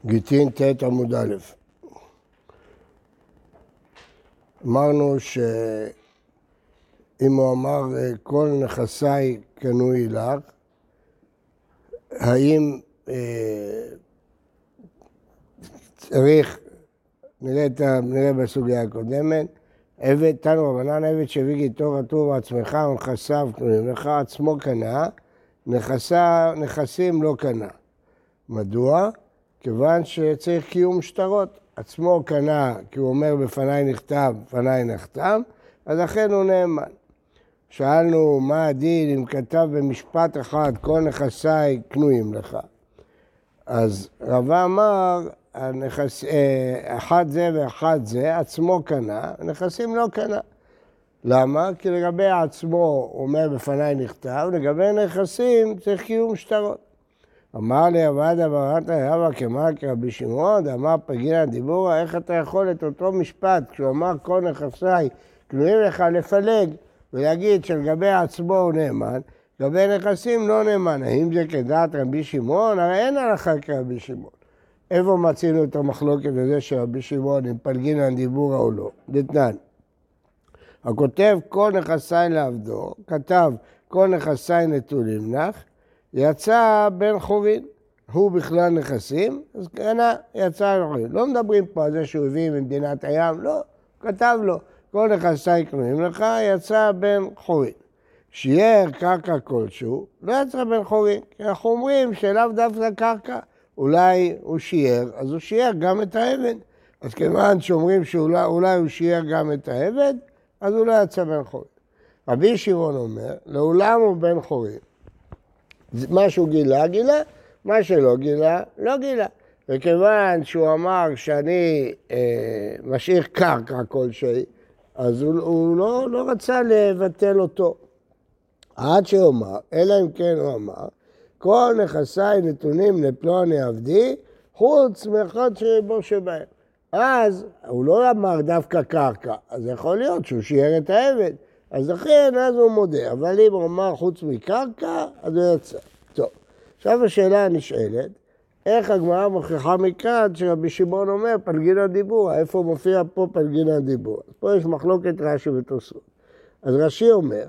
גיטין ת' עמוד א'. אמרנו שאם הוא אמר כל נכסי קנוי לך, האם צריך, נראה בסוגיה הקודמת, עבד תנו רבנן עבד שהביא גיטו רטוב עצמך ונכסיו קנויים לך, עצמו קנה, נכסים לא קנה. מדוע? כיוון שצריך קיום שטרות. עצמו קנה, כי הוא אומר בפניי נכתב, בפניי נחתם, אז לכן הוא נאמן. שאלנו מה הדין אם כתב במשפט אחד כל נכסי קנויים לך. אז רבא אמר, אחד זה ואחד זה, עצמו קנה, נכסים לא קנה. למה? כי לגבי עצמו הוא אומר בפניי נכתב, לגבי נכסים צריך קיום שטרות. אמר לי עבד אבראת יבא כמר כרבי שמעון, אמר פגינה דיבורה, איך אתה יכול את אותו משפט, כשהוא אמר כל נכסי קנויים לך לפלג, ולהגיד שלגבי עצמו הוא נאמן, לגבי נכסים לא נאמן. האם זה כדעת רבי שמעון? הרי אין הלכה כרבי שמעון. איפה מצינו את המחלוקת הזה של רבי שמעון, אם פלגינן דיבורה או לא? דתנן. הכותב כל נכסי לעבדו, כתב כל נכסי נטולים לך, יצא בן חורין, הוא בכלל נכסים, אז קנה, יצא בן חורין. לא מדברים פה על זה שהוא הביא ממדינת הים, לא, כתב לו, כל נכסי קנויים לך, יצא בן חורין. שיער קרקע כלשהו, לא יצא בן חורין, כי אנחנו אומרים שלאו דווקא קרקע, אולי הוא שיער, אז הוא שיער גם את העבד. אז כיוון שאומרים שאולי הוא שיער גם את העבד, אז הוא לא יצא בן חורין. רבי שמעון אומר, לעולם הוא בן חורין. מה שהוא גילה, גילה, מה שלא גילה, לא גילה. וכיוון שהוא אמר שאני משאיר קרקע כלשהי, אז הוא לא רצה לבטל אותו. עד שהוא אמר, אלא אם כן הוא אמר, כל נכסי נתונים לפלוני עבדי, חוץ מאחד שריבו שבהם. אז הוא לא אמר דווקא קרקע, אז יכול להיות שהוא שיער את העבד. אז לכן, אז הוא מודה, אבל אם הוא אמר חוץ מקרקע, אז הוא יצא. טוב, עכשיו השאלה הנשאלת, איך הגמרא מוכיחה מכאן שרבי שמעון אומר פלגינן דיבורה, איפה מופיע פה פלגינן דיבורה? אז פה יש מחלוקת רש"י ותוספות. אז רש"י אומר,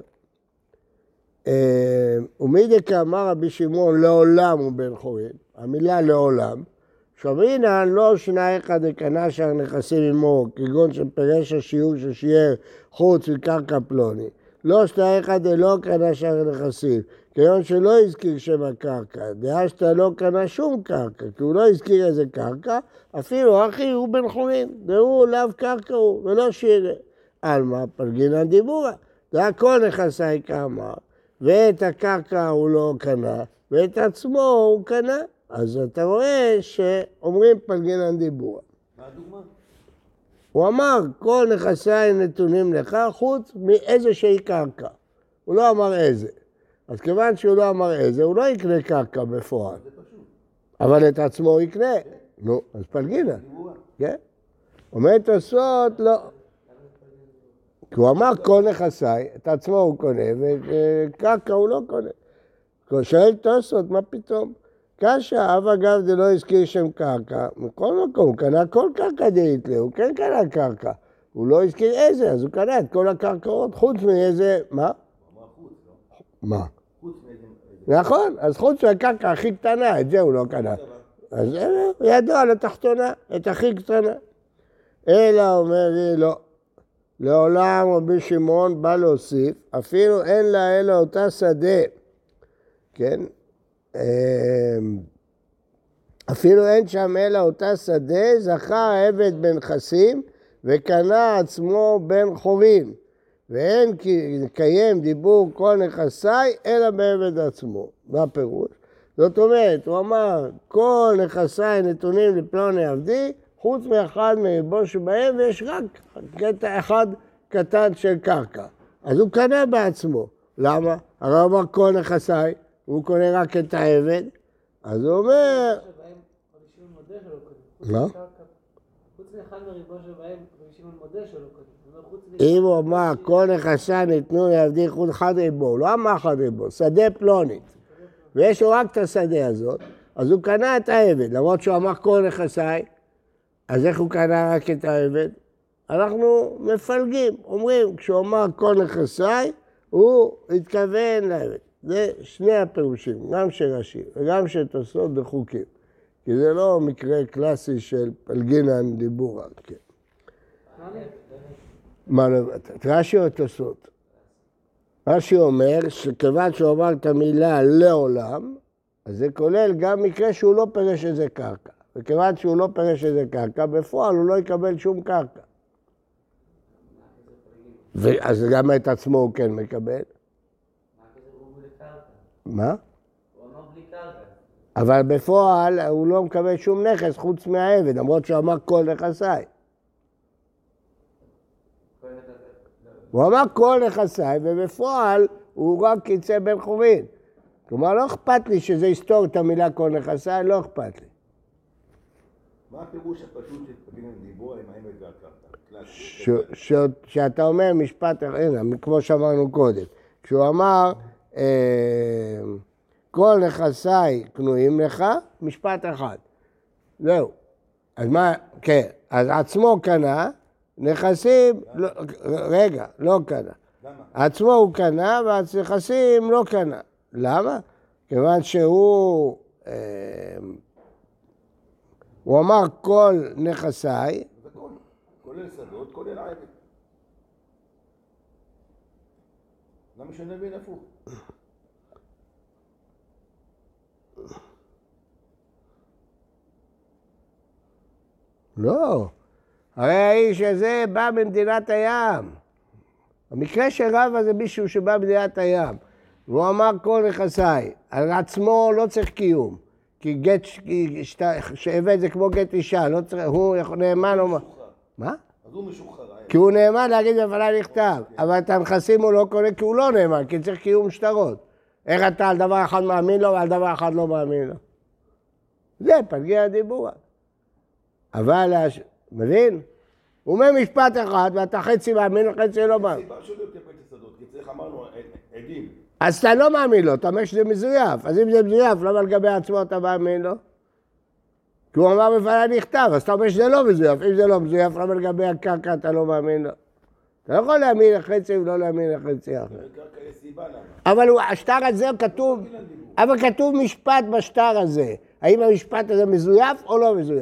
ומדקה אמר רבי שמעון לעולם הוא בן חורין, המילה לעולם, שברינן לא שנה אחד הקנה שער נכסים עמו, כגון שפרש השיעור ששיער חוץ מקרקע פלוני. לא שנה אחד לא קנה שער נכסים, כגון שלא הזכיר שם הקרקע. דעה שאתה לא קנה שום קרקע, כי הוא לא הזכיר איזה קרקע, אפילו אחי הוא בן חורין, דהוא לאו קרקע הוא, ולא שיער. על מה? פלגינן דיבורה. זה הכל נכסי כאמר, ואת הקרקע הוא לא קנה, ואת עצמו הוא קנה. אז אתה רואה שאומרים פלגינן דיבורה. מה הדוגמה? הוא אמר, כל נכסי נתונים לך חוץ מאיזושהי קרקע. הוא לא אמר איזה. אז כיוון שהוא לא אמר איזה, הוא לא יקנה קרקע בפועל. זה פשוט. אבל את עצמו הוא יקנה. נו, אז פלגינן. דיבורה. כן? אומר תוספות, לא. כי הוא אמר כל נכסי, את עצמו הוא קונה, וקרקע הוא לא קונה. שואל תוספות, מה פתאום? קשה, אב אגב זה לא הזכיר שם קרקע, מכל מקום, הוא קנה כל קרקע דאית לו, הוא כן קנה קרקע. הוא לא הזכיר איזה, אז הוא קנה את כל הקרקעות, חוץ מאיזה, מה? הוא אמר חוץ, לא? מה? חוץ מאיזה... נכון, אז חוץ מהקרקע הכי קטנה, את זה הוא לא קנה. אז הוא ידוע לתחתונה, את הכי קטנה. אלא אומר לי, לא. לעולם רבי שמעון בא להוסיף, אפילו אין לה אלא אותה שדה, כן? אפילו אין שם אלא אותה שדה, זכה העבד בנכסים וקנה עצמו בן חורין. ואין קיים דיבור כל נכסי אלא בעבד עצמו. מה הפירוש? זאת אומרת, הוא אמר, כל נכסי נתונים לפלוני עבדי, חוץ מאחד מריבו שבהם, ויש רק קטע אחד קטן של קרקע. אז הוא קנה בעצמו. למה? הרי הוא אמר כל נכסי, הוא קונה רק את העבד, אז הוא אומר... לא? חוץ מאחד מריבו שבהם, רבי שמעון מודה שלא קודם. אם הוא אמר, כל נכסי ניתנו לעבדי חוץ אחד ריבו, הוא לא אמר אחד ריבו, שדה פלונית. ויש לו רק את השדה הזאת, אז הוא קנה את העבד, למרות שהוא אמר כל נכסיי, אז איך הוא קנה רק את העבד? אנחנו מפלגים, אומרים, כשהוא אמר כל נכסיי, הוא התכוון לעבד. זה שני הפירושים, גם של רש"י וגם של תוספות בחוקים. כי זה לא מקרה קלאסי של פלגינן דיבורא. כן. מה לבטאת? רש"י או תוספות? רש"י אומר שכיוון שהוא אמר את המילה לעולם, אז זה כולל גם מקרה שהוא לא פירש איזה קרקע. וכיוון שהוא לא פירש איזה קרקע, בפועל הוא לא יקבל שום קרקע. אז גם את עצמו הוא כן מקבל. מה? הוא אמר בלי קרקע. אבל בפועל הוא לא מקבל שום נכס חוץ מהעבד, למרות שהוא אמר כל נכסיי. הוא אמר כל נכסיי, ובפועל הוא רק יצא בן חורין. כלומר, לא אכפת לי שזה יסתור את המילה כל נכסיי, לא אכפת לי. מה הפירוש הפשוט של פלגינן דיבורא עם העבד והקרקע? שאתה אומר משפט, הנה, כמו שאמרנו קודם, כשהוא אמר, כל נכסיי קנויים לך, משפט אחד. זהו. אז מה, כן, אז עצמו קנה, נכסים, רגע, לא קנה. למה? עצמו הוא קנה, והנכסים לא קנה. למה? כיוון שהוא, הוא אמר כל נכסיי, זה כולל שדות, כולל העבד. למה שנבין הפוך? לא. הרי האיש הזה בא ממדינת הים. המקרה של רבא זה מישהו שבא ממדינת הים. והוא אמר כל נכסיי. על עצמו לא צריך קיום. כי גט, שעבד זה כמו גט אישה. לא צריך, הוא נאמן או מה? מה? אז הוא משוחרר. כי הוא נאמן להגיד בפניי נכתב. אבל את הנכסים הוא לא קונה כי הוא לא נאמן, כי צריך קיום שטרות. איך אתה על דבר אחד מאמין לו ועל דבר אחד לא מאמין לו? זה פלגינן דיבורא. אבל, מבין? הוא אומר משפט אחד, ואתה חצי מאמין וחצי לא מאמין. הסיבה שלו יקבל את השדות, כי צריך אמרנו עדים. אז אתה לא מאמין לו, אתה אומר שזה מזויף. אז אם זה מזויף, למה לגבי עצמו אתה מאמין לו? כי הוא אמר בפניי נכתב, אז אתה אומר שזה לא מזויף. אם זה לא מזויף, למה לגבי הקרקע אתה לא מאמין לו? אתה לא יכול להאמין לחצי ולא להאמין לחצי אחר. בקרקע יש סיבה למה. אבל השטר הזה כתוב, אבל כתוב משפט בשטר הזה. האם המשפט הזה מזויף או לא מזויף?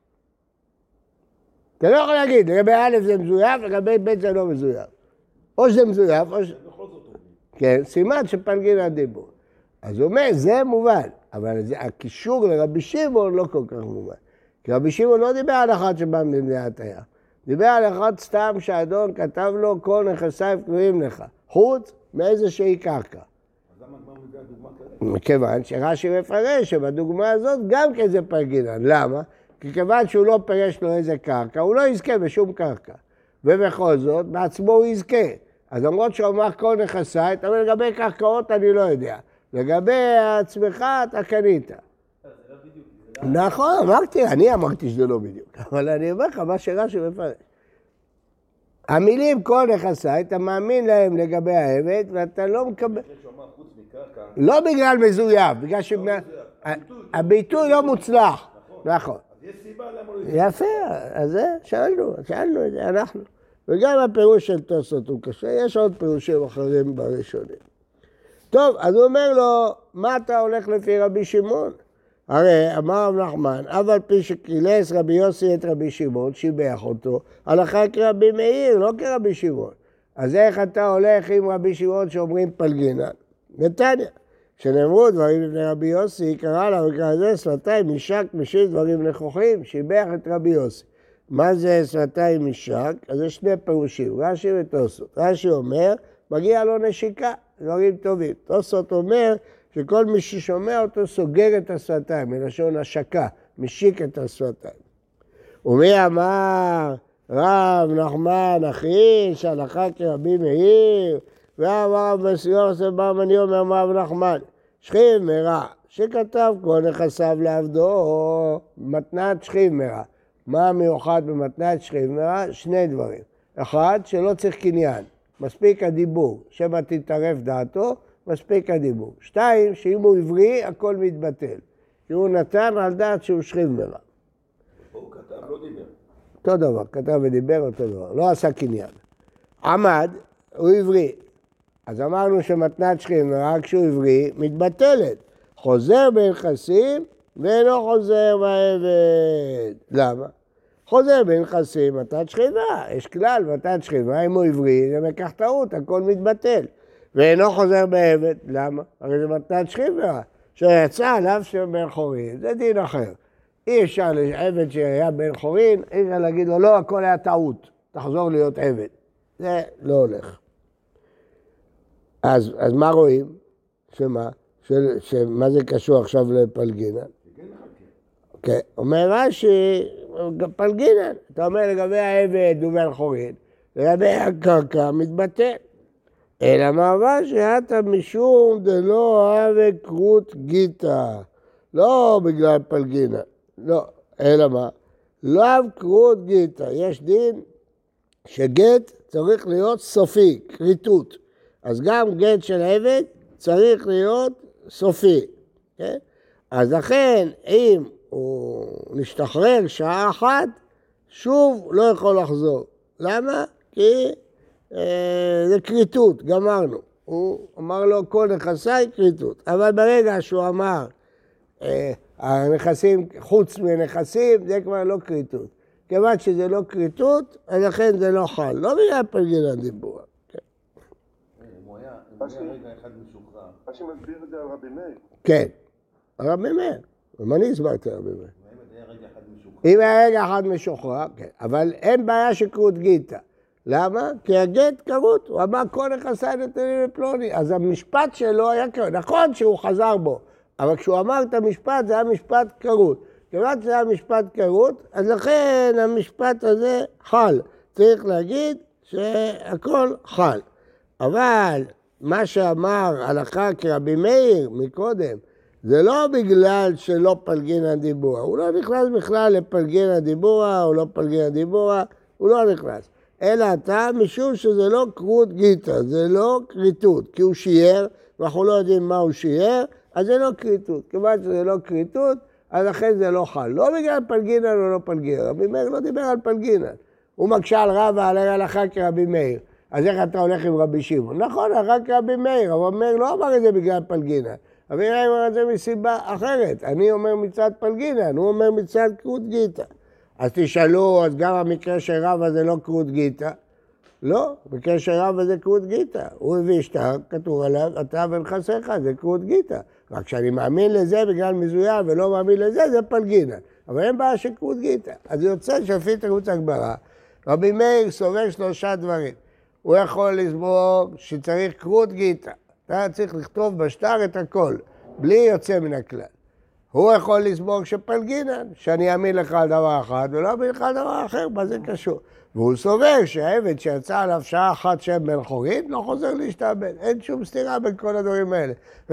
אתה לא יכול להגיד, לגבי א' זה מזויף, לגבי ב' זה לא מזויף. או שזה מזויף, או ש... בכל זאת אומרים. כן, סימן שפלגינן דיבורא. אז הוא אומר, זה מובן, אבל הקישור לרבי שמעון לא כל כך מובן. כי רבי שמעון לא דיבר על אחד שבא ממדינת הים. דיבר על אחד סתם שהאדון כתב לו, כל נכסיי קנויים לך, חוץ מאיזושהי קרקע. אז למה כבר מביא הדוגמה כזאת? מכיוון שרש"י מפרש שבדוגמה הזאת גם כן זה פלגינן. למה? כי כיוון שהוא לא פירש לו איזה קרקע, הוא לא יזכה בשום קרקע. ובכל זאת, בעצמו הוא יזכה. אז למרות שהוא אמר כל נכסיי, אתה אומר לגבי קרקעות אני לא יודע. לגבי עצמך אתה קנית. נכון, אמרתי, אני אמרתי שזה לא בדיוק. אבל אני אומר לך מה שרש"י מפרש. המילים כל נכסיי, אתה מאמין להם לגבי העבד, ואתה לא מקבל... שהוא אמר חוץ מקרקע. לא בגלל מזויף, בגלל שהביטוי לא מוצלח. נכון. אז יש סיבה למה הוא יזכה. יפה, אז זה, שאלנו את זה, אנחנו. וגם הפירוש של תוספות הוא קשה, יש עוד פירושים אחרים בראשונים. טוב, אז הוא אומר לו, מה אתה הולך לפי רבי שמעון? הרי אמר רב נחמן, אף על פי שקילס רבי יוסי את רבי שמעון, שיבח אותו, הלכה כרבי מאיר, לא כרבי שמעון. אז איך אתה הולך עם רבי שמעון שאומרים פלגינן? נתניה. כשנאמרו דברים לפני רבי יוסי, קרא לה וקרא זה שפתיים משק משיב דברים נכוחים, שיבח את רבי יוסי. מה זה שפתיים משק? אז יש שני פירושים, רש"י ותוספות. רש"י אומר, מגיע לו נשיקה, דברים טובים. תוספות אומר שכל מי ששומע אותו סוגר את השפתיים, מלשון השקה, משיק את השפתיים. ומי אמר, רב נחמן אחי, שהלכה כרבי מאיר, ואמר רב מסיור סבר מני אומר רב נחמן, שכיב מרע, שכתב כל נכסיו לעבדו, מתנת שכיב מרע. מה המיוחד במתנת שכיב מרע? שני דברים. אחד, שלא צריך קניין, מספיק הדיבור, שמא תתערף דעתו, מספיק הדיבור. שתיים, שאם הוא עברי, הכל מתבטל. כי הוא נתן על דעת שהוא שכיב מרע. הוא כתב, לא דיבר. אותו דבר, כתב ודיבר אותו דבר, לא עשה קניין. עמד, הוא עברי. אז אמרנו שמתנת שכיב מרע כשהוא עברי מתבטלת. חוזר בנכסים ואינו חוזר בעבד. למה? חוזר בנכסים, מתנת שכיבה. יש כלל, מתנת שכיבה, אם הוא עברי, זה מקח טעות, הכל מתבטל. ואינו חוזר בעבד. למה? הרי זה מתנת שכיבה. שיצא עליו שם בן חורין, זה דין אחר. אי אפשר לעבד שהיה בן חורין, אי אפשר להגיד לו, לא, הכל היה טעות, תחזור להיות עבד. זה לא הולך. אז מה רואים? שמה? שמה זה קשור עכשיו לפלגינן? כן, אומר רש"י, פלגינן. אתה אומר לגבי העבד הוא בן חורין, לגבי הקרקע מתבטל. אלא מה רש"י, אתה משום דלא הווה כרות גיתא. לא בגלל פלגינן. לא, אלא מה? לא כרות גיתא. יש דין שגט צריך להיות סופי, כריתות. אז גם גט של עבד צריך להיות סופי. כן? אז לכן, אם הוא נשתחרר שעה אחת, שוב לא יכול לחזור. למה? כי זה כריתות, גמרנו. הוא אמר לו, כל נכסיי כריתות. אבל ברגע שהוא אמר, הנכסים, חוץ מנכסים, זה כבר לא כריתות. כיוון שזה לא כריתות, אז לכן זה לא חל. לא בגלל פלגינן דיבור. אם הוא היה רגע אחד משוחרר. מה שמסביר את זה על רבי מאיר. כן, על רבי מאיר. ומה אני הסברתי על רבי מאיר? אם היה רגע אחד משוחרר. אם היה רגע אחד משוחרר, כן. אבל אין בעיה שכרות גיתא. למה? כי הגט כרות. הוא אמר, כל נכסיי נתונים לפלוני. אז המשפט שלו היה כרות. נכון שהוא חזר בו. אבל כשהוא אמר את המשפט, זה היה משפט כרות. כיוון שזה היה משפט כרות, אז לכן המשפט הזה חל. צריך להגיד שהכל חל. אבל מה שאמר הלכה כרבי מאיר מקודם, זה לא בגלל שלא פלגינן דיבורה. הוא לא נכנס בכלל לפלגינן דיבורה, או לא פלגינן דיבורה, הוא לא נכנס. אלא אתה משום שזה לא כרות גיתא, זה לא כריתות. כי הוא שיער, ואנחנו לא יודעים מה הוא שיער, אז זה לא כריתות. כיוון שזה לא כריתות, אז לכן זה לא חל. לא בגלל פלגינן או לא פלגינן. רבי מאיר לא דיבר על פלגינן. הוא מקשה על רבא על הלכה כרבי מאיר. אז איך אתה הולך עם רבי שמעון? נכון, רק רבי מאיר, אבל מאיר לא אמר את זה בגלל פלגינן. רבי מאיר אומר את זה מסיבה אחרת. אני אומר מצד פלגינן, הוא אומר מצד כרות גיתא. אז תשאלו, אז גם המקרה של רבא זה לא כרות גיתא? לא, במקרה של רבא זה כרות גיתא. הוא הביא שטר, כתוב עליו, אתה ונכסיך, זה כרות גיתא. רק שאני מאמין לזה בגלל מזויף ולא מאמין לזה, זה פלגינן. אבל אין בעיה של כרות גיתא. אז זה יוצא שלפי תירוץ הגמרא, רבי מאיר סובר 3 דברים. הוא יכול לסבור שצריך כרות גיתא. אתה צריך לכתוב בשטר את הכל, בלי יוצא מן הכלל. הוא יכול לסבור שפלגינן, שאני אאמין לך על דבר אחד ולא אאמין לך על דבר אחר, מה זה קשור? והוא סובר שהעבד שיצא עליו שעה אחת שם בן חורין, לא חוזר להשתעבד. אין שום סתירה בין כל הדברים האלה.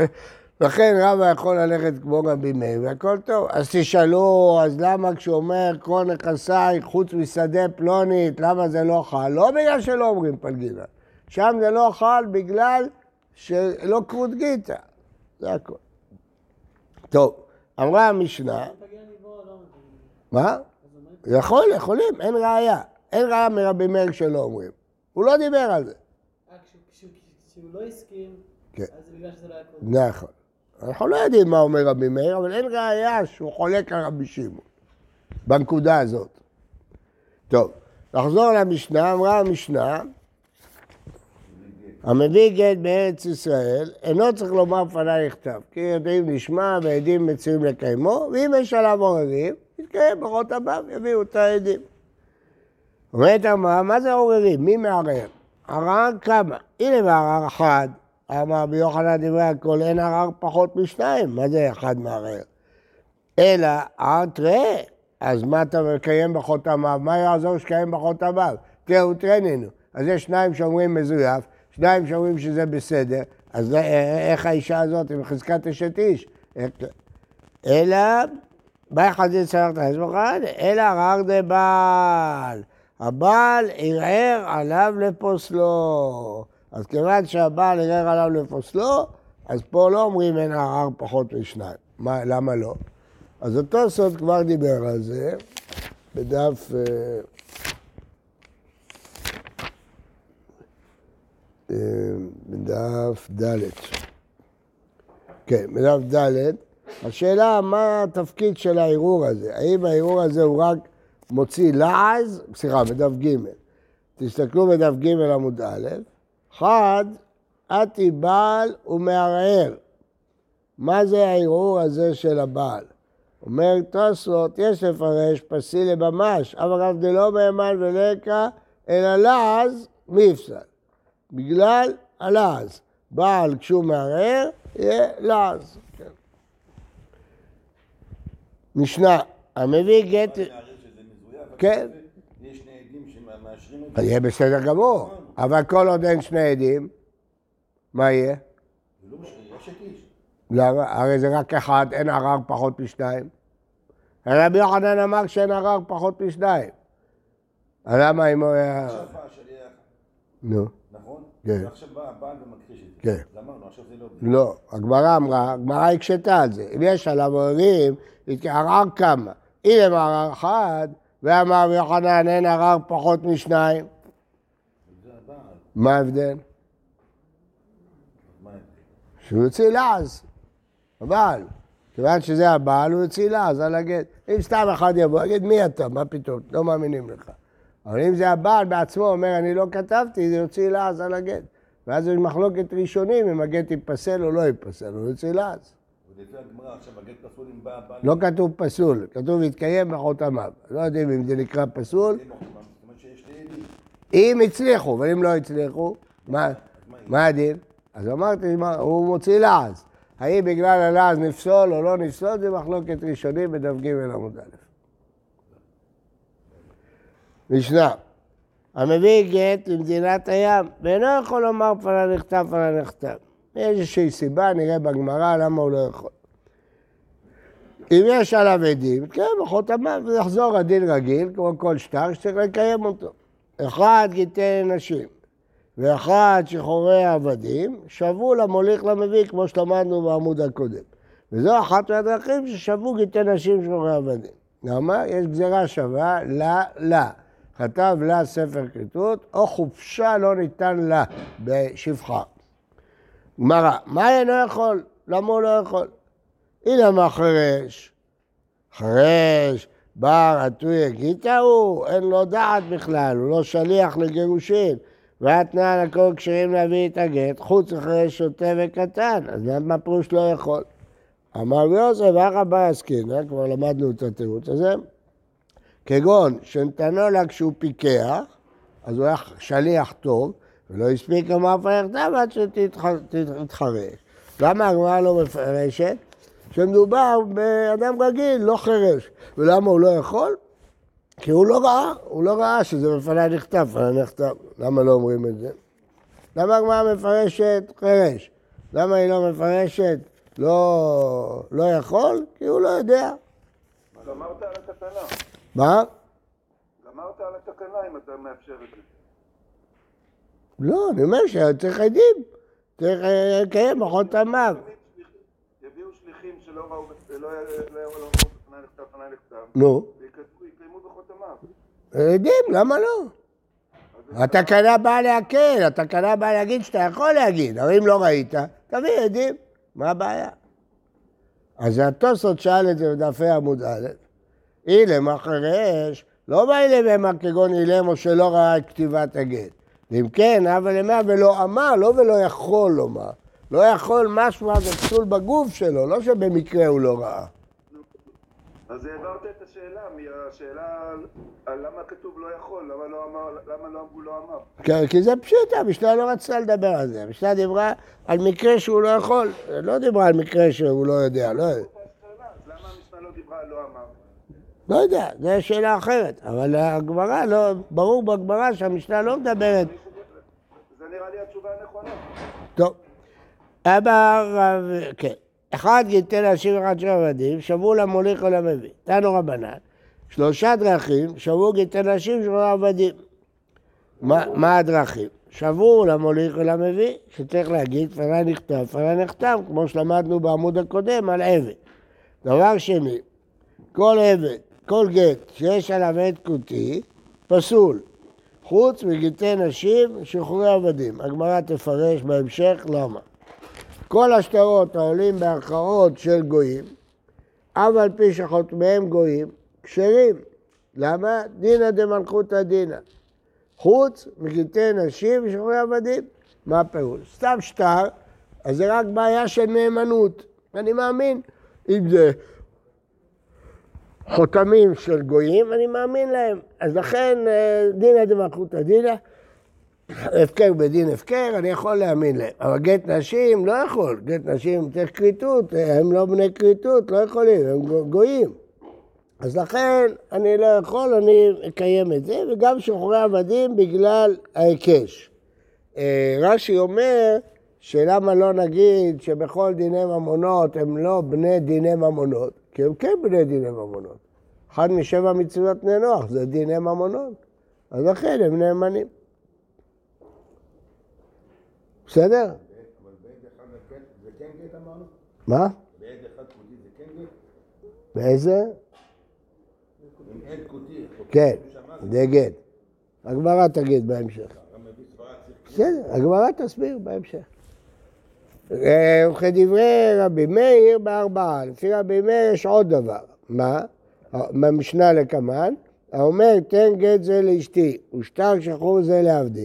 לכן רבא יכול ללכת כמו רבי מאיר, והכל טוב. אז תשאלו, אז למה כשהוא אומר כל נכסיי חוץ משדה פלונית, למה זה לא חל? לא בגלל שלא אומרים פלגינן. שם זה לא חל בגלל שלא כרות גיתא. זה הכל. טוב, אמרה המשנה... מה? יכולים, אין ראיה. אין ראיה מרבי מאיר שלא אומרים. הוא לא דיבר על זה. כשהוא לא הסכים, אז זה בגלל שזה לא היה כרות. נכון. אנחנו לא יודעים מה אומר רבי מאיר, אבל אין ראיה שהוא חולק על רבי שמעון. בנקודה הזאת. טוב, נחזור למשנה, אמרה המשנה, המביא גט בארץ ישראל, אינו צריך לומר בפניי נכתב, כי יודעים נשמע ועדים מצויים לקיימו, ואם יש עליו עוררים, יתקיים ברות הבא ויביאו את העדים. אומרת אמרה, מה זה עוררים? מי מערער? ערער כמה? הנה מערער אחד, אמר רבי יוחנן דברי הכל, אין ערער פחות משניים, מה זה אחד מערער? אלא ערער תראה, אז מה אתה מקיים בחותמיו? מה יעזור שקיים בחותמיו? תראו תרננו, אז יש 2 שאומרים מזויף, 2 שאומרים שזה בסדר, אז איך האישה הזאת עם חזקת אשת איש? אלא, באחד זה צריך לעזור אלא ערער דבעל. הבעל ערער עליו לפוסלו. אז כיוון שהבעל ערער עליו לפוסלו, אז פה לא אומרים אין ערער פחות משניים. למה לא? אז התוספות כבר דיבר על זה, בדף ד'. כן, בדף ד'. השאלה, מה התפקיד של הערעור הזה? האם הערעור הזה הוא רק מוציא לעז? סליחה, בדף ג'. תסתכלו בדף ג' עמוד א'. אחד, אתי בעל ומערער. מה זה הערעור הזה של הבעל? אומר תוספות, יש לפרש פסיל לבמש, אבל רב דלא מהימן ולקה, אלא לעז מפסל. בגלל הלעז. בעל כשהוא מערער, יהיה לעז. כן. משנה, המביא גט... כן. יש שני עדים שמאשרים את זה. יהיה בסדר גמור, אבל כל עוד אין שני עדים, מה יהיה? זה לא משנה, יש הקיש. למה? הרי זה רק אחד, אין ערר פחות משניים. רבי יוחנן אמר שאין ערר פחות משניים. למה אם הוא היה... עכשיו בא השליח, נו. נכון? כן. ועכשיו בא הבעל ומכחיש את זה. כן. אז אמרנו, עכשיו זה לא... לא, הגמרא אמרה, הגמרא הקשתה על זה. אם יש עליו עוררים, ערר כמה. הנה ערר אחד, ואמר רבי יוחנן אין ערר פחות משניים. זה הבעל. מה ההבדל? מה ההבדל? שהוא יוציא לעז. הבעל. כיוון שזה הבעל, הוא יוציא לעז על הגט. אם סתם אחד יבוא, יגיד מי אתה? מה פתאום? לא מאמינים לך. אבל אם זה הבעל בעצמו אומר, אני לא כתבתי, זה יוציא לעז על הגט. ואז יש מחלוקת ראשונים אם הגט ייפסל או לא ייפסל, הוא יוציא לעז. ולפי הגמרא, עכשיו הגט פסול אם בא הבעל... לא כתוב פסול, כתוב יתקיים בחותמיו. לא יודעים אם זה נקרא פסול. זאת אומרת שיש שני עדים. אם הצליחו, אבל אם לא הצליחו, מה הדין? אז אמרתי, הוא מוציא לעז. האם בגלל הלעז נפסול או לא נפסול, זה מחלוקת ראשונים בדף ג' עמוד א'. משנה, המביא גט למדינת הים, ואינו יכול לומר פנה נכתב, פנה נכתב. יש איזושהי סיבה, נראה בגמרא למה הוא לא יכול. אם יש עליו עדים, כן, בחותמיו, ויחזור הדין רגיל, כמו כל שטר, שצריך לקיים אותו. אחד גיטי נשים, ואחד שחורי עבדים, שבו למוליך למביא, כמו שלמדנו בעמוד הקודם. וזו אחת מהדרכים ששבו גיטי נשים ושחורי עבדים. למה? יש גזירה שווה לה. כתב לה ספר כריתות, או חופשה לא ניתן לה בשפחה. גמרא, מה אינו יכול? למה הוא לא יכול? הנה מה חרש. חרש, בר, עטוי הגיטה הוא, אין לו דעת בכלל, הוא לא שליח לגירושין. והתנאה על הכל כשרים להביא את הגט, חוץ לחרש שוטה וקטן, אז למה פירוש לא יכול? אמר יוסף, ואחר בא עסקינא, כבר למדנו את התירוץ הזה, כגון שנתנו לה כשהוא פיקח, אז הוא היה שליח טוב, ולא הספיק לומר פרחתיו עד שתתחרש. למה הגמרא לא מפרשת? שמדובר באדם רגיל, לא חרש. ולמה הוא לא יכול? כי הוא לא ראה שזה בפני נכתב, בפני נכתב. למה לא אומרים את זה? למה הגמרא מפרשת חרש? למה היא לא מפרשת לא יכול? כי הוא לא יודע. גמרת על התקנה. מה? גמרת על התקנה אם אתה מאפשר את זה. לא, אני אומר שצריך עדים. צריך לקיים בחותמיו. יביאו שליחים שלא ראו בפני נכתב, פני נכתב. נו. ויקיימו בחותמיו. עדים, למה לא? התקנה באה להקל, התקנה באה להגיד שאתה יכול להגיד, אבל אם לא ראית, תביא עדים, מה הבעיה? אז התוספות שאל את זה בדפי עמוד א', אילם החרש, לא בא אילם כגון אילם או שלא ראה את כתיבת הגט. ואם כן, אבל למה ולא אמר, לא ולא יכול לומר. לא יכול משמע זה פסול בגוף שלו, לא שבמקרה הוא לא ראה. אז העברת את השאלה, מהשאלה על למה כתוב לא יכול, למה לא אמרו לא אמר. כי זה פשוט, המשנה לא רצתה לדבר על זה. המשנה דיברה על מקרה שהוא לא יכול, לא דיברה על מקרה שהוא לא יודע. לא יודע. למה המשנה לא דיברה על לא אמר? לא יודע, זו שאלה אחרת. אבל הגמרא, לא, ברור בגמרא שהמשנה לא מדברת. זה נראה לי התשובה הנכונה. טוב. כן. אחד גיטי נשים ואחד של עבדים, שבו למוליך ולמביא. תנו רבנן. 3 דרכים, שבו גיטי נשים ושל עבדים. מה הדרכים? שבו למוליך ולמביא, שצריך להגיד, פנה נכתב, כמו שלמדנו בעמוד הקודם על עבד. דבר שני, כל עבד, כל גט שיש עליו עד כותי, פסול. חוץ מגטי נשים, שחרורי עבדים. הגמרא תפרש בהמשך למה. כל השטרות העולים בערכאות של גויים, אף על פי שחותמיהם גויים, כשרים. למה? דינא דמלכותא דינא. חוץ מגטי נשים ושחרורי עבדים. מה הפירוש? סתם שטר, אז זה רק בעיה של נאמנות. אני מאמין. אם זה חותמים של גויים, אני מאמין להם. אז לכן דינא דמלכותא דינא, הפקר בדין הפקר, אני יכול להאמין להם. אבל גט נשים לא יכול. גט נשים צריך כריתות, הם לא בני כריתות, לא יכולים, הם גויים. אז לכן אני לא יכול, אני אקיים את זה, וגם שחרורי עבדים בגלל ההיקש. רש"י אומר שלמה לא נגיד שבכל דיני ממונות הם לא בני דיני ממונות, כי הם כן בני דיני ממונות. אחד משבע מצוות בני נוח זה דיני ממונות, אז לכן הם נאמנים. בסדר? אבל בעד אחד זה כן גט אמרנו? מה? בעד אחד כותי זה כן גט? באיזה? עם עד כותי. כן, זה גט. הגמרא תגיד בהמשך. בסדר, הגמרא תסביר בהמשך. וכדברי רבי מאיר בארבעה, לפי רבי מאיר יש עוד דבר. מה? במשנה לקמן, האומר תן גט זה לאשתי ושטר שחרור זה לעבדי.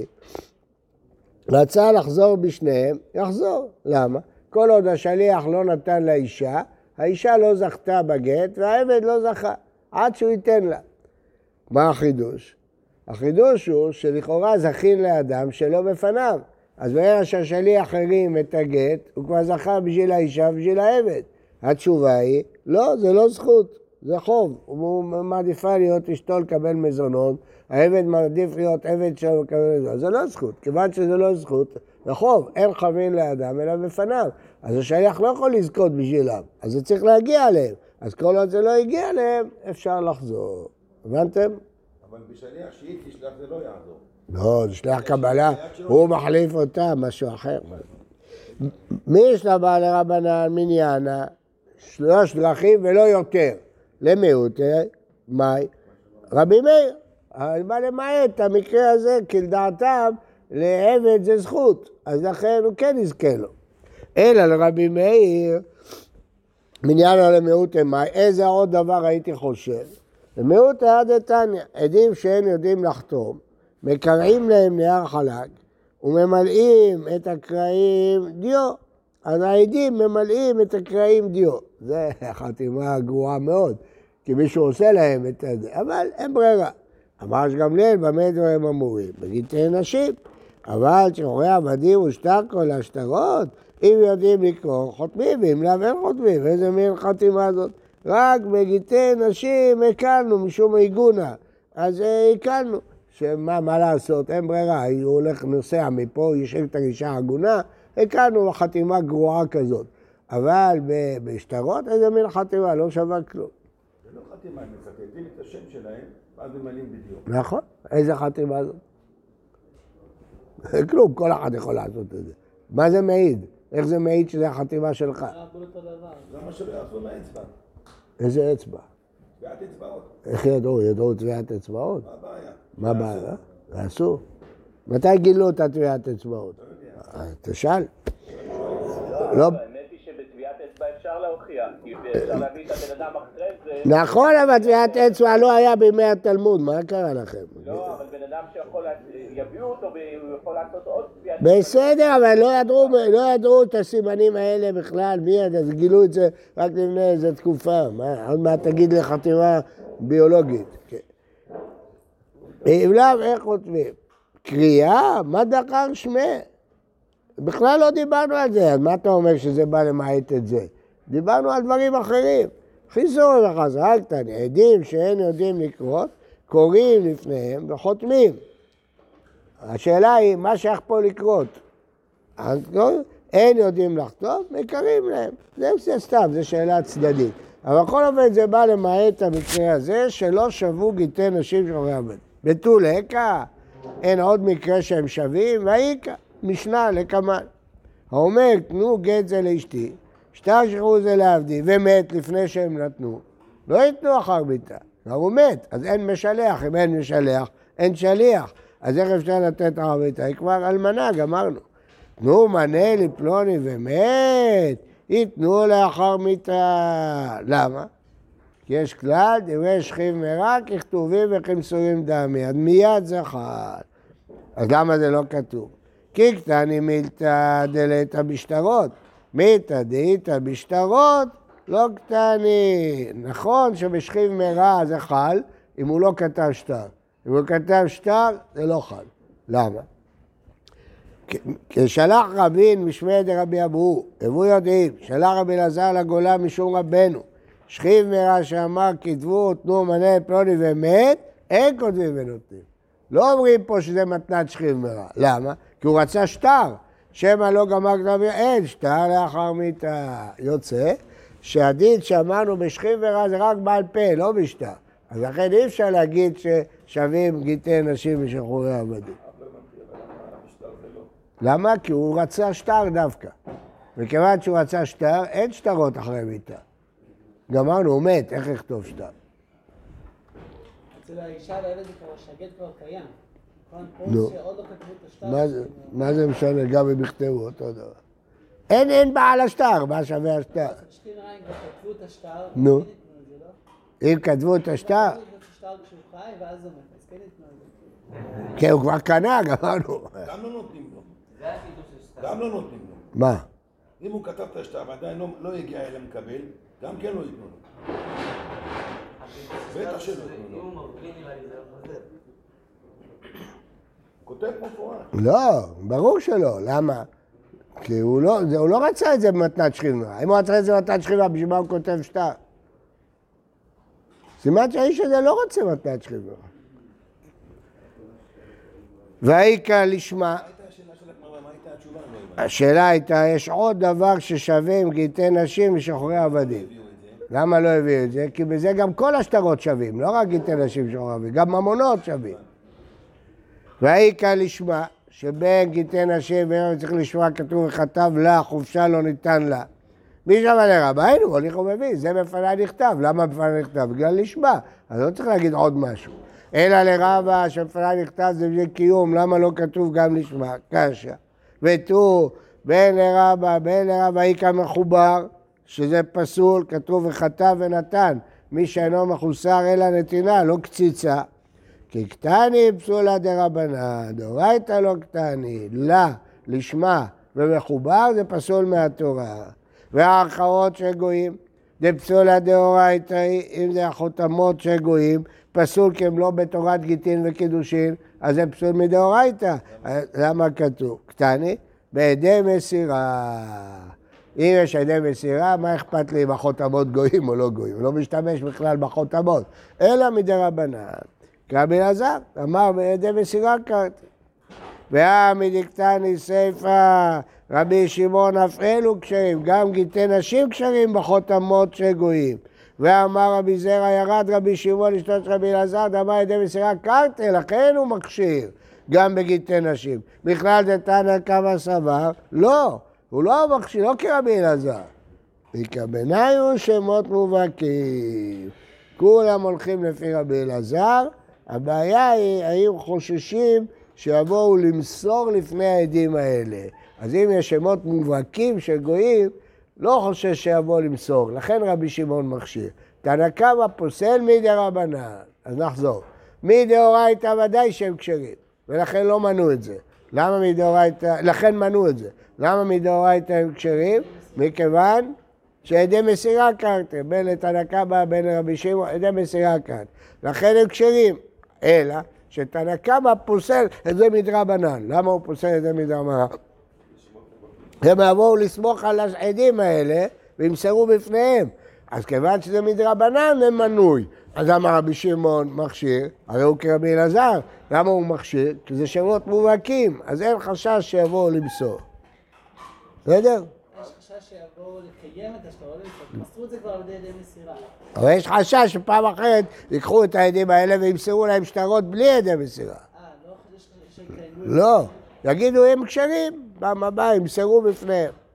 רצה לחזור בשניהם, יחזור. למה? כל עוד השליח לא נתן לאישה, האישה לא זכתה בגט והעבד לא זכה, עד שהוא ייתן לה. מה החידוש? החידוש הוא שלכאורה זכין לאדם שלא בפניו. אז ברגע שהשליח הרים את הגט, הוא כבר זכה בשביל האישה ובשביל העבד. התשובה היא, לא, זה לא זכות, זה חוב. הוא מעדיפה להיות אשתו לקבל מזונות, העבד מעדיף להיות עבד שלו לקבל מזונות. זה לא זכות, כיוון שזה לא זכות, זה חוב, אין חבין לאדם אלא בפניו. אז השליח לא יכול לזכות בשבילם, אז זה צריך להגיע אליהם. אז כל עוד זה לא הגיע אליהם, אפשר לחזור. הבנתם? אבל בשליח שהיא תשלח זה לא יעזור. לא, זה שליח קבלה, הוא מחליף אותה, משהו אחר. מי יש לה בעל רבנן מניינה? 3 דרכים ולא יותר. למיעוט, מאי? רבי מאיר. אבל בא למעט המקרה הזה, כי לדעתם לעבד זה זכות, אז לכן הוא כן יזכה לו. אלא לרבי מאיר, מניינה למיעוט מאי, איזה עוד דבר הייתי חושב? למיעוט היה דתניא, עדים שאין יודעים לחתום, מקרעים להם נייר חלק וממלאים את הקרעים דיו. אז העדים ממלאים את הקרעים דיו. זה חתימה גרועה מאוד, כי מישהו עושה להם את זה, אבל אין ברירה. אמר שגמליאל במה דברים אמורים? בגטי נשים. אבל שחרורי עבדים ושטר כל השטרות, אם יודעים לקרוא, חותמים, ואם לאו אין חותמים. איזה מין חתימה הזאת? רק בגטי נשים הקלנו משום עיגונה. אז הקלנו. מה לעשות? אין ברירה. הוא הולך נוסע מפה, ישאיר את הגישה עגונה, הקלנו בחתימה גרועה כזאת. אבל בשטרות איזה מין חתימה, לא שווה כלום. זה לא חתימה, הם מצטטים את השם שלהם, ואז ממלאים בדיוק. נכון. איזה חתימה זאת? כלום, כל אחד יכול לעשות את זה. מה זה מעיד? איך זה מעיד שזה החתימה שלך? למה שלא יעשו מהאצבע? איזה אצבע? טביעת אצבעות. איך ידעו? ידעו טביעת אצבעות? מה הבעיה? מה הבעיה? זה אסור. מתי גילו את טביעת אצבעות? תשאל. לא. האמת היא שבטביעת אצבע אפשר להוכיח, כי אפשר להביא את הבן אדם אחרי זה. נכון, אבל טביעת אצבע לא היה בימי התלמוד, מה קרה לכם? לא, אבל בן אדם שיכול, יביאו אותו והוא יכול לעשות עוד טביעת. בסדר, אבל לא ידעו את הסימנים האלה בכלל, מיד, אז גילו את זה רק לפני איזו תקופה. עוד מעט תגיד לי חתימה ביולוגית. אם לאו, איך כותבים? קריאה? מה דקר שמי? בכלל לא דיברנו על זה, אז מה אתה אומר שזה בא למעט את זה? דיברנו על דברים אחרים. חיסור וחזרה קטן, עדים שאין יודעים לקרות, קוראים לפניהם וחותמים. השאלה היא, מה שייך פה לקרות? אין יודעים לחתום, מקרים להם. זה סתם, זו שאלה צדדית. אבל בכל אופן זה בא למעט המקרה הזה, שלא שבו גטי נשים שחורי עבד. בטול היקה, אין עוד מקרה שהם שווים, והיקה, משנה לקמן. האומר, תנו גט זה לאשתי, שטר שחרור זה לעבדי, ומת לפני שהם נתנו. לא ייתנו אחר מיתה, כבר הוא מת, אז אין משלח, אם אין משלח, אין שליח. אז איך אפשר לתת אחר מיתה? היא כבר אלמנה, גמרנו. תנו מנה לפלוני ומת, ייתנו לאחר מיתה. למה? כי יש כלל, דברי שכיב מרע, ככתובים וכמסורים דמי, אז מיד זכר. אז למה זה לא כתוב? כי קטני מילתא דלתא בשטרות, מילתא דאיתא בשטרות, לא קטני. נכון שבשכיב מרע זה חל, אם הוא לא כתב שטר. אם הוא כתב שטר, זה לא חל. למה? כשלח רבין משמי דרבי אבו, הבו יודעים, שלח רבי אלעזר לגולה משום רבנו, שכיב מרע שאמר כתבו, תנו מנה פלוני ומת, אין כותבים ונותנים. לא אומרים פה שזה מתנת שכיב מרע. למה? כי הוא רצה שטר. שמא לא גמר כתב, אין שטר לאחר מיתה. יוצא שהדין שאמרנו בשכיב מרע זה רק בעל פה, לא בשטר. אז לכן אי אפשר להגיד ששווים גיטי נשים ושחרורי עבדים. למה? כי הוא רצה שטר דווקא. וכיוון שהוא רצה שטר, אין שטרות אחרי מיתה. גמרנו, הוא מת, איך לכתוב שטר? אצל האישה לילד זה כבר שהגט כבר קיים. נו. שעוד לא כתבו את השטר. מה זה משנה? גם אם יכתבו אותו דבר. אין בעל השטר, מה שווה השטר? שתי נראים כבר כתבו את השטר. נו. כן יתנו את זה, לא? אם כתבו את השטר, כתבו את השטר כשהוא חי ואז הוא מת, אז כן יתנו את זה. כן, הוא כבר קנה, גמרנו. גם לא נותנים לו. גם לא נותנים לו. מה? אם הוא כתב את השטר ועדיין לא הגיע אליהם לקבל, גם כן לא ייתנו לו. בטח שלא ייתנו לו. כותב מפורש. לא, ברור שלא. למה? כי הוא לא רצה את זה במתנת שכיב מרע. אם הוא רצה את זה במתנת שכיב מרע, בשביל מה הוא כותב שטר? סימן שהאיש הזה לא רוצה מתנת שכיב מרע. והאיכא לשמה. מה הייתה השאלה של הגמרא? מה הייתה התשובה? השאלה הייתה, יש עוד דבר ששווה עם גיטי נשים ושחרורי עבדים. למה לא הביאו את זה? כי בזה גם כל השטרות שווים, לא רק גיטי נשים ושחרורי עבדים, גם ממונות שווים. והאיכא לשמה, שבין גיטי נשים ואין צריך לשמוע כתוב וכתב לה, חופשה לא ניתן לה. מי שווה לרבה? היינו, הוליך ומביא, זה בפני נכתב. למה בפני נכתב? בגלל לשמה. אז לא צריך להגיד עוד משהו. אלא לרבה שבפני נכתב זה בגלל קיום, למה לא כתוב גם לשמה? קשה. ותו, בין לרבה איכא מחובר, שזה פסול, כתוב וכתב ונתן. מי שאינו מחוסר אלא נתינה, לא קציצה. כי קטני פסולה דרבנן, דאורייתא לא קטני, לה, לשמה ומחובר זה פסול מהתורה. והאחרות של גויים, דפסולה דאורייתא, אם זה החותמות של גויים, פסול כי הם לא בתורת גיטין וקידושין, אז זה פסול מדאורייתא. למה כתוב? קטני, בעדי מסירה. אם יש עדי מסירה, מה אכפת לי אם החותמות גויים או לא גויים? לא משתמש בכלל בחותמות, אלא מדרבנן. רבי אלעזר אמר בעדי מסירה קרתי. והמדיקתני סיפא, רבי שמעון אף אלו קשרים, גם גיטי נשים קשרים בחותמות של גויים. ואמר רבי זרע ירד רבי שמעון אשתו של רבי אלעזר, אמר עדי מסירה קרתי, לכן הוא מכשיר גם בגיטי נשים. בכלל זה תנא קמא סבר, לא, הוא לא מכשיר, לא כרבי אלעזר. וכבניו שמות מובהקים. כולם הולכים לפי רבי אלעזר, הבעיה היא, האם חוששים שיבואו למסור לפני העדים האלה. אז אם יש שמות מובהקים של גויים, לא חושש שיבואו למסור. לכן רבי שמעון מכשיר. תנא קמא פוסל מדרבנן. אז נחזור. מדאורייתא ודאי שהם כשרים, ולכן לא מנעו את זה. למה מדאורייתא? לכן מנעו את זה. למה מדאורייתא הם כשרים? מכיוון שעדי מסירה קרתי, בין לתנא קמא בין לרבי שמעון, עדי מסירה קרתי. לכן הם כשרים. אלא שתנא קמא פוסל את זה מדרבנן. למה הוא פוסל את זה מדרבנן? הם יבואו לסמוך על העדים האלה וימסרו בפניהם. אז כיוון שזה מדרבנן הם מנוי. אז אמר רבי שמעון מכשיר, הרי הוא כרבי אלעזר. למה הוא מכשיר? כי זה שמות מובהקים, אז אין חשש שיבואו למסור. בסדר? יש חשש שיבואו לקיים את השטרות, מסרו את זה כבר על ידי מסירה. אבל יש חשש שפעם אחרת ייקחו את העדים האלה וימסרו להם שטרות בלי עדי מסירה. לא חשש שיקיימו. לא, יגידו הם כשרים, פעם הבאה ימסרו בפניהם.